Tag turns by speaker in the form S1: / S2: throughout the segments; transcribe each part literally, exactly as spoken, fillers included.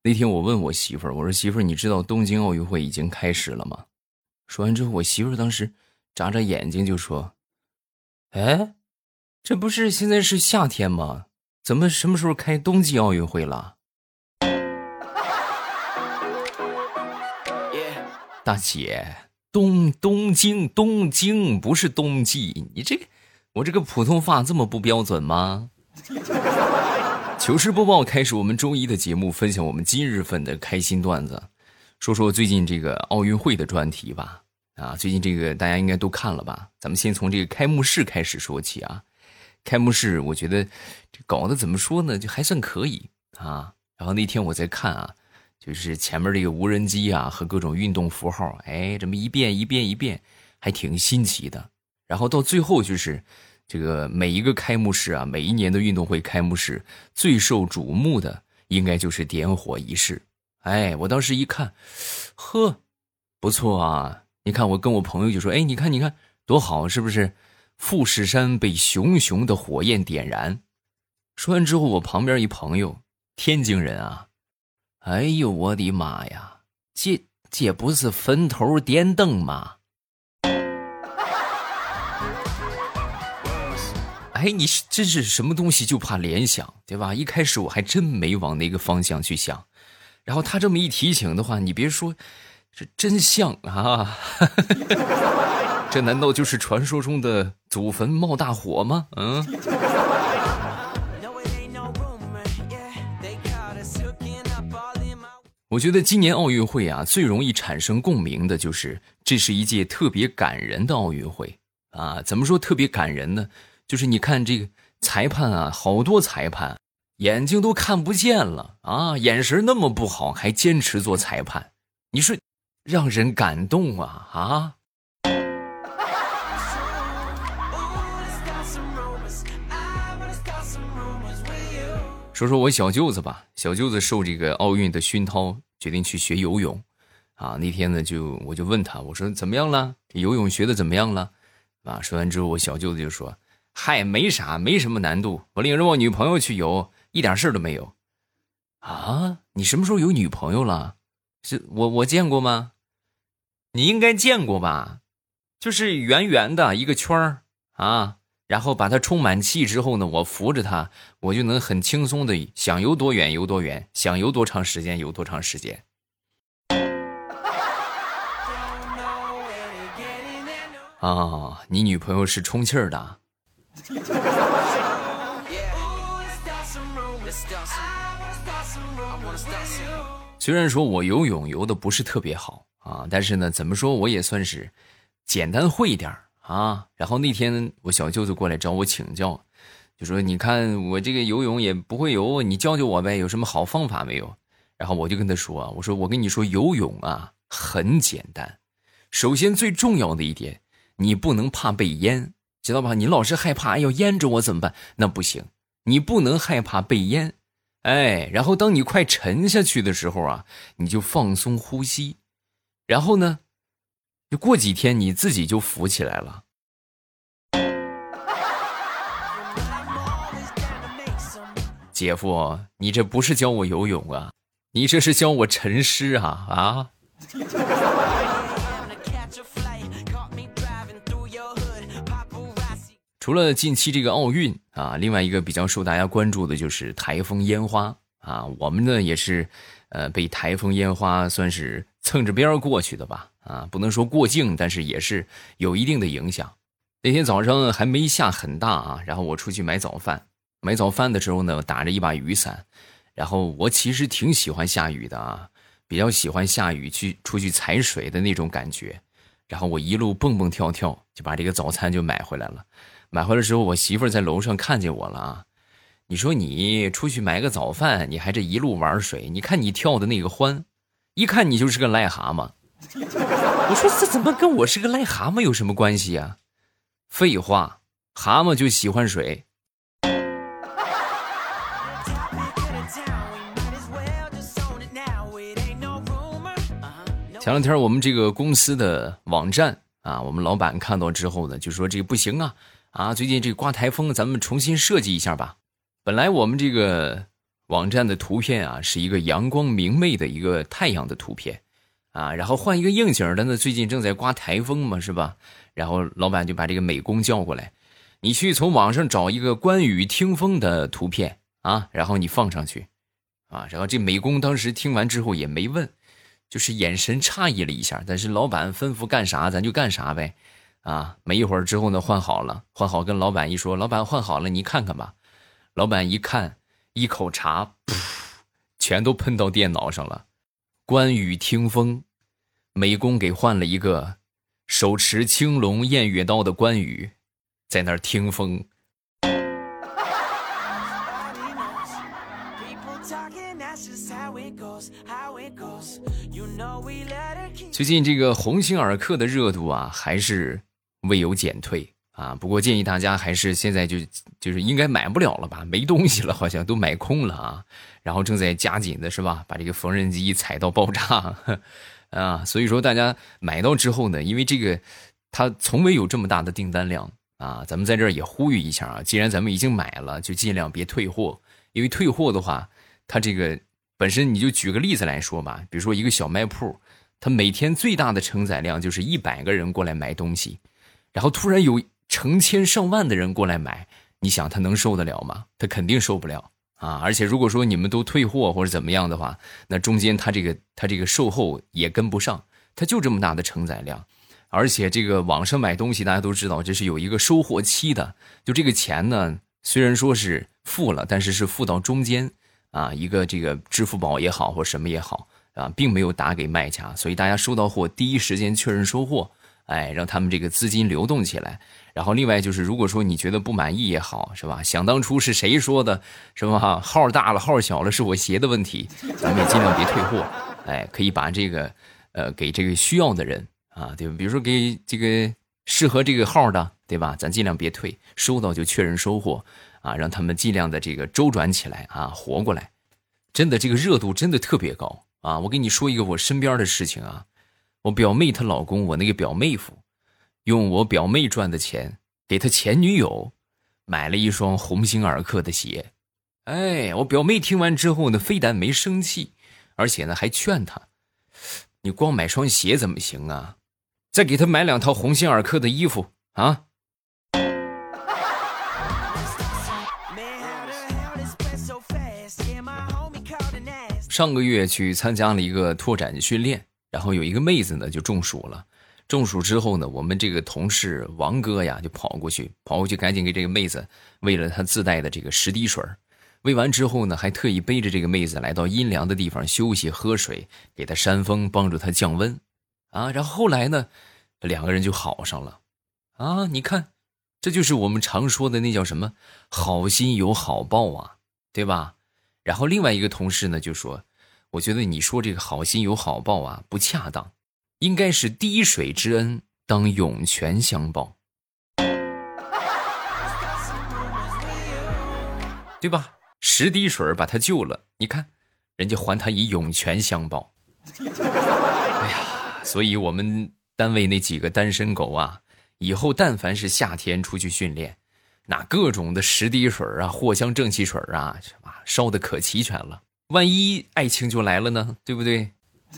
S1: 那天我问我媳妇儿，我说媳妇儿，你知道东京奥运会已经开始了吗？说完之后，我媳妇儿当时眨眨眼睛就说：哎，这不是现在是夏天吗？怎么什么时候开冬季奥运会了？大姐，东东京东京不是冬季，你这个我这个普通话这么不标准吗？糗事播报开始，我们周一的节目，分享我们今日份的开心段子，说说最近这个奥运会的专题吧。啊，最近这个大家应该都看了吧？咱们先从这个开幕式开始说起啊。开幕式我觉得这搞得怎么说呢，就还算可以啊。然后那天我在看啊，就是前面这个无人机啊和各种运动符号，哎，这么一遍一遍一遍，还挺新奇的。然后到最后就是这个每一个开幕式啊，每一年的运动会开幕式最受瞩目的应该就是点火仪式。哎，我当时一看，呵，不错啊。你看我跟我朋友就说，哎，你看你看多好，是不是？富士山被熊熊的火焰点燃。说完之后，我旁边一朋友，天津人啊，哎呦我的妈呀，这这不是分头点灯吗？哎，你这是什么东西就怕联想，对吧？一开始我还真没往那个方向去想，然后他这么一提醒的话，你别说，这真像啊！这难道就是传说中的祖坟冒大火吗？嗯。我觉得今年奥运会啊，最容易产生共鸣的就是这是一届特别感人的奥运会啊。怎么说特别感人呢？就是你看这个裁判啊，好多裁判眼睛都看不见了啊，眼神那么不好，还坚持做裁判，你说让人感动啊啊！说说我小舅子吧，小舅子受这个奥运的熏陶，决定去学游泳啊。那天呢，就我就问他，我说怎么样了？游泳学的怎么样了？啊，说完之后，我小舅子就说：嗨，没啥，没什么难度，我领着我女朋友去游，一点事儿都没有。啊，你什么时候有女朋友了？是我我见过吗？你应该见过吧？就是圆圆的一个圈儿啊。然后把它充满气之后呢，我扶着它，我就能很轻松的想游多远游多远，想游多长时间游多长时间。啊，你女朋友是充气儿的。虽然说我游泳游的不是特别好啊，但是呢，怎么说我也算是简单会一点啊。然后那天我小舅子过来找我请教，就说你看我这个游泳也不会游，你教教我呗，有什么好方法没有？然后我就跟他说，我说我跟你说游泳啊很简单，首先最重要的一点，你不能怕被淹，知道吧？你老是害怕，哎呦淹着我怎么办？那不行，你不能害怕被淹。哎，然后当你快沉下去的时候啊，你就放松呼吸，然后呢，就过几天你自己就浮起来了。姐夫，你这不是教我游泳啊，你这是教我沉尸啊啊！除了近期这个奥运啊，另外一个比较受大家关注的就是台风烟花啊。我们呢也是，呃，被台风烟花算是蹭着边过去的吧啊，不能说过境，但是也是有一定的影响。那天早上还没下很大啊，然后我出去买早饭，买早饭的时候呢，打着一把雨伞，然后我其实挺喜欢下雨的啊，比较喜欢下雨去出去踩水的那种感觉。然后我一路蹦蹦跳跳就把这个早餐就买回来了。买回来之后，我媳妇儿在楼上看见我了啊！你说你出去买个早饭，你还这一路玩水，你看你跳的那个欢，一看你就是个癞蛤蟆。我说这怎么跟我是个癞蛤蟆有什么关系啊？废话，蛤蟆就喜欢水。前两天我们这个公司的网站啊，我们老板看到之后呢，就说这个不行啊。啊，最近这个刮台风，咱们重新设计一下吧。本来我们这个网站的图片啊是一个阳光明媚的一个太阳的图片啊，然后换一个应景的呢，最近正在刮台风嘛，是吧？然后老板就把这个美工叫过来，你去从网上找一个关羽听风的图片啊，然后你放上去啊。然后这美工当时听完之后也没问，就是眼神诧异了一下，但是老板吩咐干啥咱就干啥呗啊。没一会儿之后呢，换好了，换好跟老板一说，老板换好了你看看吧。老板一看，一口茶噗全都喷到电脑上了。关羽听风，美工给换了一个手持青龙偃月刀的关羽在那儿听风。最近这个鸿星尔克的热度啊还是未有减退啊，不过建议大家还是现在就就是应该买不了了吧，没东西了，好像都买空了啊。然后正在加紧的是吧，把这个缝纫机踩到爆炸啊。所以说大家买到之后呢，因为这个它从未有这么大的订单量啊，咱们在这儿也呼吁一下啊，既然咱们已经买了，就尽量别退货，因为退货的话，它这个本身你就举个例子来说吧，比如说一个小卖铺，它每天最大的承载量就是一百个人过来买东西，然后突然有成千上万的人过来买，你想他能受得了吗？他肯定受不了啊！而且如果说你们都退货或者怎么样的话，那中间他这个他这个售后也跟不上，他就这么大的承载量。而且这个网上买东西大家都知道，这是有一个收货期的，就这个钱呢虽然说是付了，但是是付到中间啊，一个这个支付宝也好或什么也好啊，并没有打给卖家，所以大家收到货第一时间确认收货，哎，让他们这个资金流动起来。然后另外就是如果说你觉得不满意也好，是吧？想当初是谁说的，是吧？号大了号小了是我鞋的问题，咱们也尽量别退货，哎，可以把这个呃给这个需要的人啊，对吧？比如说给这个适合这个号的，对吧？咱尽量别退，收到就确认收货啊，让他们尽量的这个周转起来啊，活过来。真的这个热度真的特别高啊！我跟你说一个我身边的事情啊，我表妹她老公，我那个表妹夫，用我表妹赚的钱给他前女友买了一双鸿星尔克的鞋。哎，我表妹听完之后呢，非但没生气，而且呢还劝他，你光买双鞋怎么行啊？再给他买两套鸿星尔克的衣服啊！上个月去参加了一个拓展训练，然后有一个妹子呢就中暑了。中暑之后呢，我们这个同事王哥呀就跑过去，跑过去赶紧给这个妹子喂了她自带的这个十滴水。喂完之后呢，还特意背着这个妹子来到阴凉的地方休息喝水，给她扇风，帮助她降温啊。然后后来呢，两个人就好上了啊。你看，这就是我们常说的那叫什么好心有好报啊，对吧？然后另外一个同事呢就说，我觉得你说这个好心有好报啊不恰当，应该是滴水之恩当涌泉相报，对吧？十滴水把他救了，你看人家还他以涌泉相报。哎呀，所以我们单位那几个单身狗啊，以后但凡是夏天出去训练，那各种的十滴水啊藿香正气水啊烧的可齐全了，万一爱情就来了呢，对不对？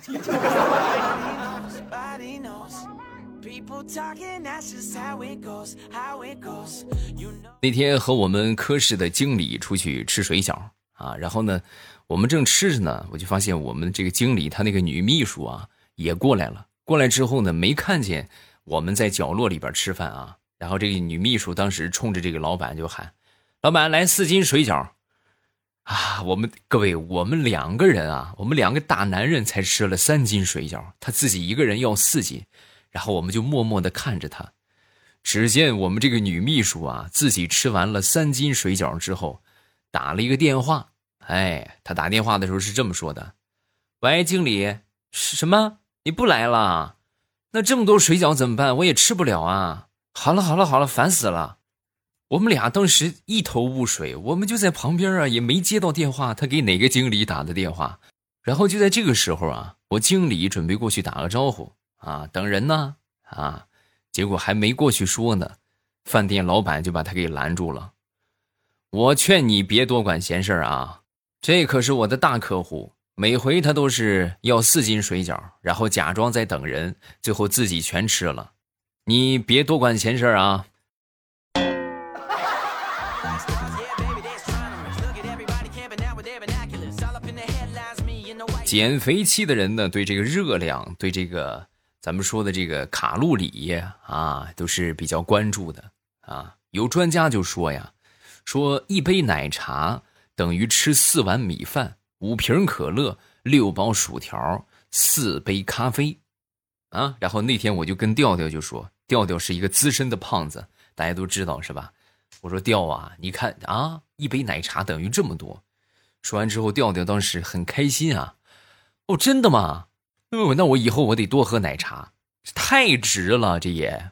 S1: 那天和我们科室的经理出去吃水饺啊，然后呢我们正吃着呢，我就发现我们这个经理他那个女秘书啊也过来了。过来之后呢，没看见我们在角落里边吃饭啊，然后这个女秘书当时冲着这个老板就喊，老板来四斤水饺啊。我们各位，我们两个人啊，我们两个大男人才吃了三斤水饺，他自己一个人要四斤，然后我们就默默地看着他。只见我们这个女秘书啊，自己吃完了三斤水饺之后打了一个电话。哎，她打电话的时候是这么说的，喂经理，什么你不来了？那这么多水饺怎么办？我也吃不了啊。好了好了好了，烦死了。我们俩当时一头雾水，我们就在旁边啊，也没接到电话，他给哪个经理打的电话。然后就在这个时候啊，我经理准备过去打个招呼啊，等人呢啊，结果还没过去说呢，饭店老板就把他给拦住了。我劝你别多管闲事啊， 这可是我的大客户，每回他都是要四斤水饺，然后假装在等人，最后自己全吃了。你别多管闲事啊。减肥期的人呢，对这个热量，对这个咱们说的这个卡路里啊，都是比较关注的啊。有专家就说呀，说一杯奶茶等于吃四碗米饭，五瓶可乐，六包薯条，四杯咖啡啊。然后那天我就跟调调就说，调调是一个资深的胖子，大家都知道是吧？我说调啊，你看啊，一杯奶茶等于这么多。说完之后，调调当时很开心啊。哦，真的吗？哦，那我以后我得多喝奶茶，太值了，这也。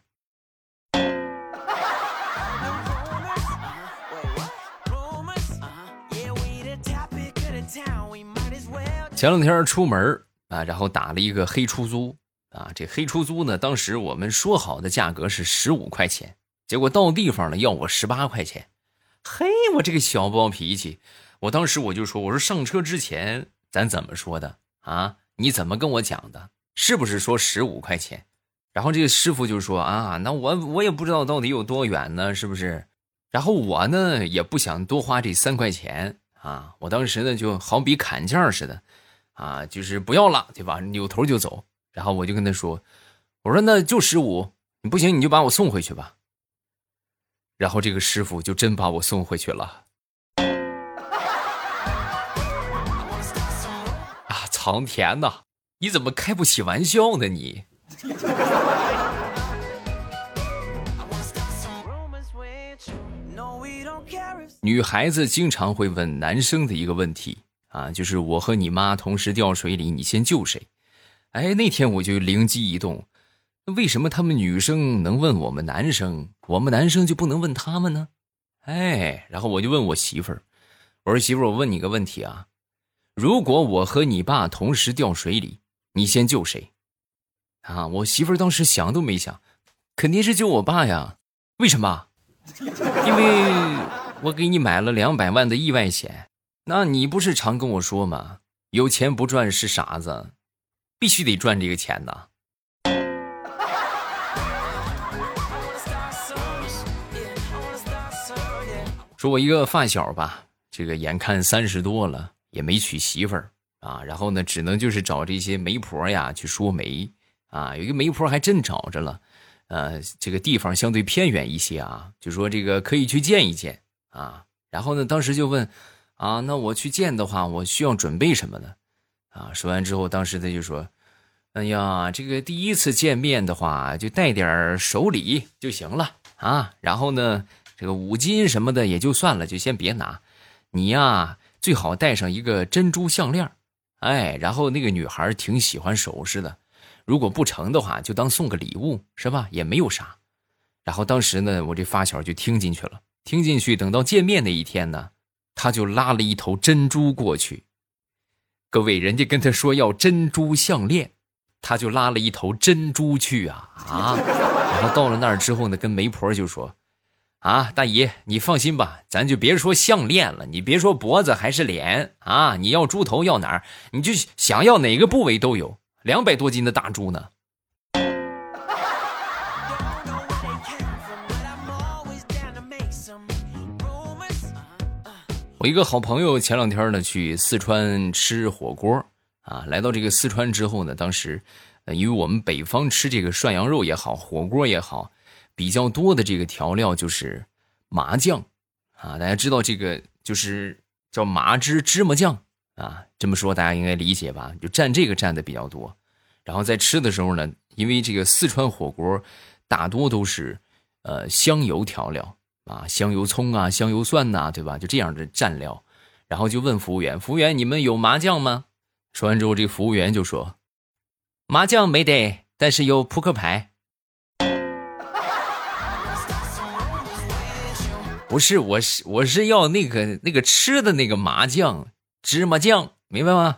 S1: 前两天出门啊，然后打了一个黑出租啊，这黑出租呢，当时我们说好的价格是十五块钱，结果到地方了要我十八块钱。嘿，我这个小暴脾气，我当时我就说，我说上车之前咱怎么说的？啊，你怎么跟我讲的？是不是说十五块钱？然后这个师傅就说啊，那我我也不知道到底有多远呢，是不是？然后我呢也不想多花这三块钱啊，我当时呢就好比砍价似的啊，就是不要了，对吧？扭头就走。然后我就跟他说，我说那就十五，你不行你就把我送回去吧。然后这个师傅就真把我送回去了。藏田呐，你怎么开不起玩笑呢你？女孩子经常会问男生的一个问题啊，就是我和你妈同时掉水里，你先救谁？哎，那天我就灵机一动，为什么他们女生能问我们男生，我们男生就不能问他们呢？哎，然后我就问我媳妇儿，我说媳妇儿，我问你个问题啊，如果我和你爸同时掉水里，你先救谁？啊，我媳妇儿当时想都没想，肯定是救我爸呀。为什么？因为我给你买了两百万的意外险。那你不是常跟我说吗？有钱不赚是傻子，必须得赚这个钱的。说我一个发小吧，这个眼看三十多了，也没娶媳妇儿啊，然后呢，只能就是找这些媒婆呀去说媒啊。有一个媒婆还真找着了，呃，这个地方相对偏远一些啊，就说这个可以去见一见啊。然后呢，当时就问啊，那我去见的话，我需要准备什么呢？啊，说完之后，当时他就说，哎呀，这个第一次见面的话，就带点手礼就行了啊。然后呢，这个五金什么的也就算了，就先别拿。你呀，最好带上一个珍珠项链，哎，然后那个女孩挺喜欢首饰的，如果不成的话，就当送个礼物，是吧？也没有啥。然后当时呢，我这发小就听进去了，听进去，等到见面那一天呢，他就拉了一头珍珠过去。各位，人家跟他说要珍珠项链，他就拉了一头珍珠去啊啊！然后到了那儿之后呢，跟媒婆就说，啊，大姨，你放心吧，咱就别说项链了，你别说脖子还是脸啊，你要猪头要哪儿，你就想要哪个部位都有，两百多斤的大猪呢。我一个好朋友前两天呢去四川吃火锅啊，来到这个四川之后呢，当时呃，因为我们北方吃这个涮羊肉也好，火锅也好，比较多的这个调料就是麻酱啊，大家知道这个就是叫麻汁芝麻酱啊，这么说大家应该理解吧？就蘸这个蘸的比较多。然后在吃的时候呢，因为这个四川火锅大多都是呃香油调料啊，香油葱啊，香油蒜呐、啊，对吧？就这样的蘸料。然后就问服务员，服务员，你们有麻酱吗？说完之后，这服务员就说，麻酱没得，但是有扑克牌。不是，我是我是要那个那个吃的那个麻酱，芝麻酱，明白吗？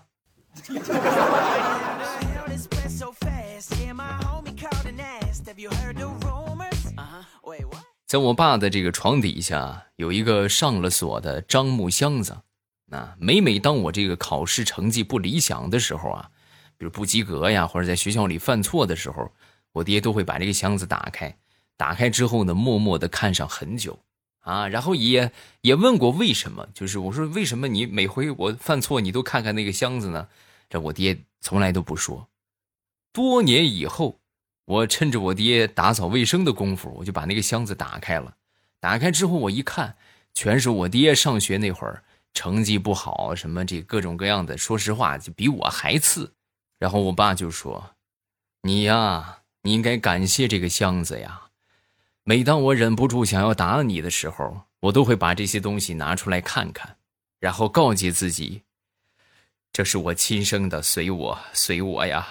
S1: 在我爸的这个床底下有一个上了锁的樟木箱子啊，每每当我这个考试成绩不理想的时候啊，比如不及格呀，或者在学校里犯错的时候，我爹都会把这个箱子打开，打开之后呢，默默地看上很久啊，然后也也问过为什么，就是我说为什么你每回我犯错你都看看那个箱子呢？这我爹从来都不说。多年以后，我趁着我爹打扫卫生的功夫，我就把那个箱子打开了。打开之后我一看，全是我爹上学那会儿成绩不好，什么这各种各样的，说实话就比我还次。然后我爸就说，你呀，你应该感谢这个箱子呀。每当我忍不住想要打你的时候，我都会把这些东西拿出来看看，然后告诫自己，这是我亲生的，随我随我呀。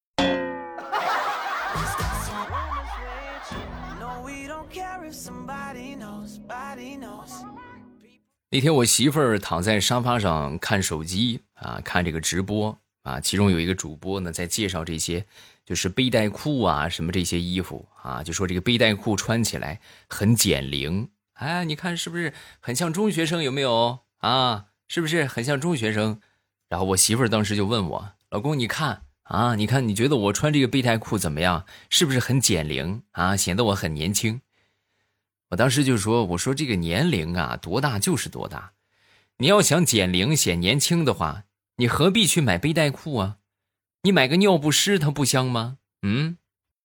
S1: 那天我媳妇儿躺在沙发上看手机啊，看这个直播啊，其中有一个主播呢在介绍这些就是背带裤啊什么这些衣服啊，就说这个背带裤穿起来很减龄，哎，你看是不是很像中学生，有没有啊？是不是很像中学生？然后我媳妇儿当时就问我，老公你看啊，你看你觉得我穿这个背带裤怎么样？是不是很减龄啊？显得我很年轻？我当时就说，我说这个年龄啊，多大就是多大。你要想减龄显年轻的话，你何必去买背带裤啊？你买个尿不湿它不香吗？嗯。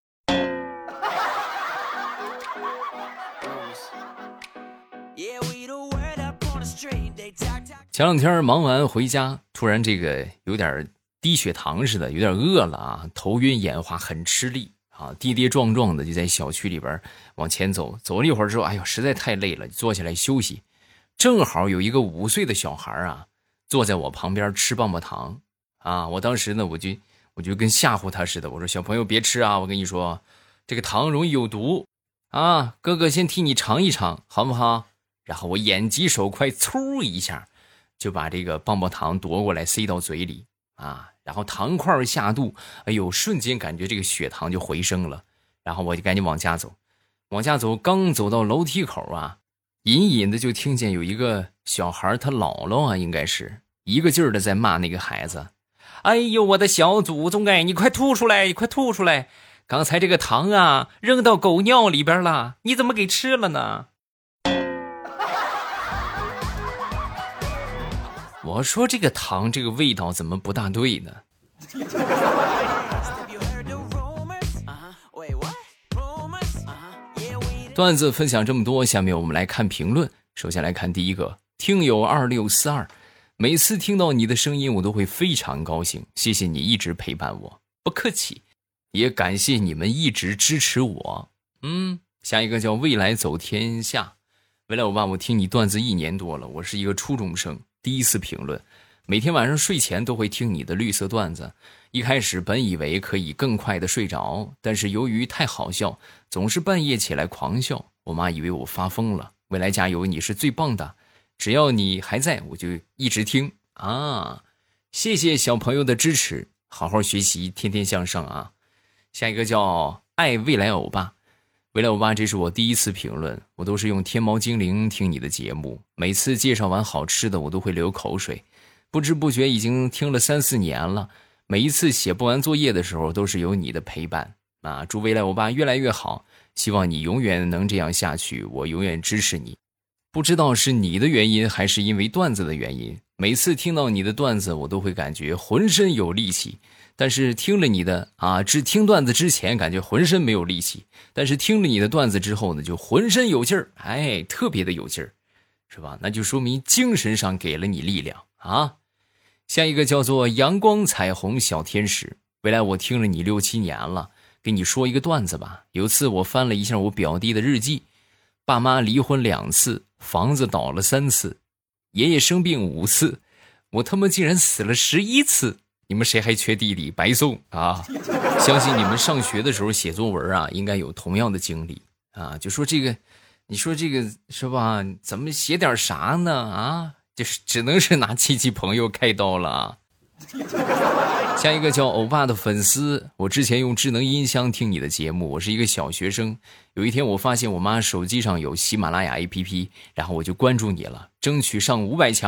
S1: 前两天忙完回家，突然这个有点低血糖似的，有点饿了啊，头晕眼花，很吃力。啊，跌跌撞撞的就在小区里边往前走，走了一会儿之后，哎呦，实在太累了，坐下来休息。正好有一个五岁的小孩啊，坐在我旁边吃棒棒糖啊。我当时呢，我就我就跟吓唬他似的，我说小朋友别吃啊，我跟你说，这个糖容易有毒啊，哥哥先替你尝一尝，好不好？然后我眼疾手快，嗖一下就把这个棒棒糖夺过来塞到嘴里啊。然后糖块下肚，哎呦，瞬间感觉这个血糖就回升了。然后我就赶紧往家走，往家走，刚走到楼梯口啊，隐隐的就听见有一个小孩，他姥姥啊，应该是一个劲儿的在骂那个孩子。哎呦，我的小祖宗哎，你快吐出来，你快吐出来！刚才这个糖啊，扔到狗尿里边了，你怎么给吃了呢？我说这个糖这个味道怎么不大对呢？段子分享这么多，下面我们来看评论。首先来看第一个，听友二六四二，每次听到你的声音我都会非常高兴，谢谢你一直陪伴我。不客气，也感谢你们一直支持我。嗯，下一个叫未来走天下。未来我爸，我听你段子一年多了，我是一个初中生，第一次评论，每天晚上睡前都会听你的绿色段子。一开始本以为可以更快的睡着，但是由于太好笑，总是半夜起来狂笑，我妈以为我发疯了。未来加油，你是最棒的，只要你还在我就一直听啊！谢谢小朋友的支持，好好学习，天天向上啊！下一个叫爱未来欧巴。未来欧巴，这是我第一次评论，我都是用天猫精灵听你的节目，每次介绍完好吃的我都会流口水，不知不觉已经听了三四年了，每一次写不完作业的时候都是有你的陪伴啊！祝未来欧巴越来越好，希望你永远能这样下去，我永远支持你。不知道是你的原因还是因为段子的原因，每次听到你的段子我都会感觉浑身有力气，但是听了你的啊，只听段子之前感觉浑身没有力气，但是听了你的段子之后呢，就浑身有劲儿，哎，特别的有劲儿，是吧？那就说明精神上给了你力量啊！下一个叫做阳光彩虹小天使。未来我听了你六七年了，跟你说一个段子吧。有次我翻了一下我表弟的日记，爸妈离婚两次，房子倒了三次，爷爷生病五次，我他妈竟然死了十一次。你们谁还缺弟弟？白送啊！相信你们上学的时候写作文啊，应该有同样的经历啊。就说这个，你说这个是吧？怎么写点啥呢？啊，就是只能是拿亲戚朋友开刀了啊。下一个叫欧巴的粉丝，我之前用智能音箱听你的节目，我是一个小学生。有一天我发现我妈手机上有喜马拉雅 A P P， 然后我就关注你了，争取上五百强。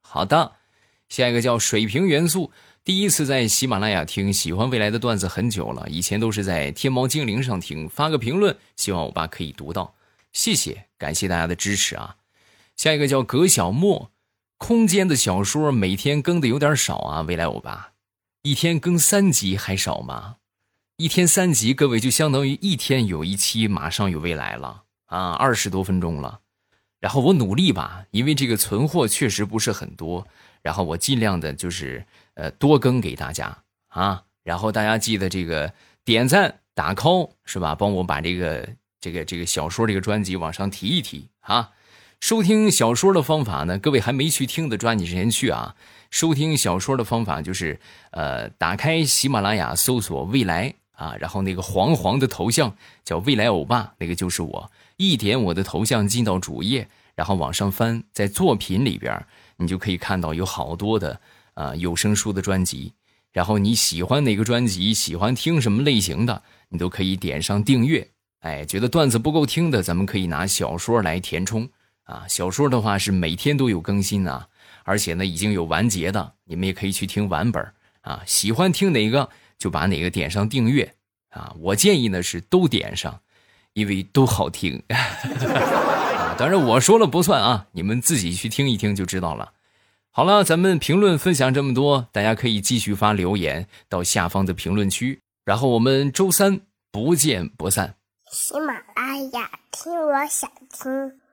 S1: 好的，下一个叫水平元素，第一次在喜马拉雅听，喜欢未来的段子很久了，以前都是在天猫精灵上听，发个评论，希望我爸可以读到，谢谢，感谢大家的支持啊。下一个叫葛小莫，空间的小说每天更的有点少啊，未来欧巴，一天更三集还少吗？一天三集，各位就相当于一天有一期，马上有未来了啊，二十多分钟了。然后我努力吧，因为这个存货确实不是很多，然后我尽量的就是呃多更给大家啊。然后大家记得这个点赞打 call 是吧？帮我把这个这个这个小说这个专辑往上提一提啊。收听小说的方法呢，各位还没去听的抓紧时间去啊。收听小说的方法就是呃打开喜马拉雅搜索未来啊，然后那个黄黄的头像叫未来欧巴，那个就是我。一点我的头像进到主页，然后往上翻，在作品里边你就可以看到有好多的呃有声书的专辑，然后你喜欢哪个专辑，喜欢听什么类型的，你都可以点上订阅。哎，觉得段子不够听的，咱们可以拿小说来填充啊。小说的话是每天都有更新啊，而且呢已经有完结的，你们也可以去听完本啊。喜欢听哪个就把哪个点上订阅啊。我建议呢是都点上，因为都好听啊，当然我说了不算啊，你们自己去听一听就知道了。好了，咱们评论分享这么多，大家可以继续发留言到下方的评论区，然后我们周三不见不散。
S2: 喜马拉雅听我想听。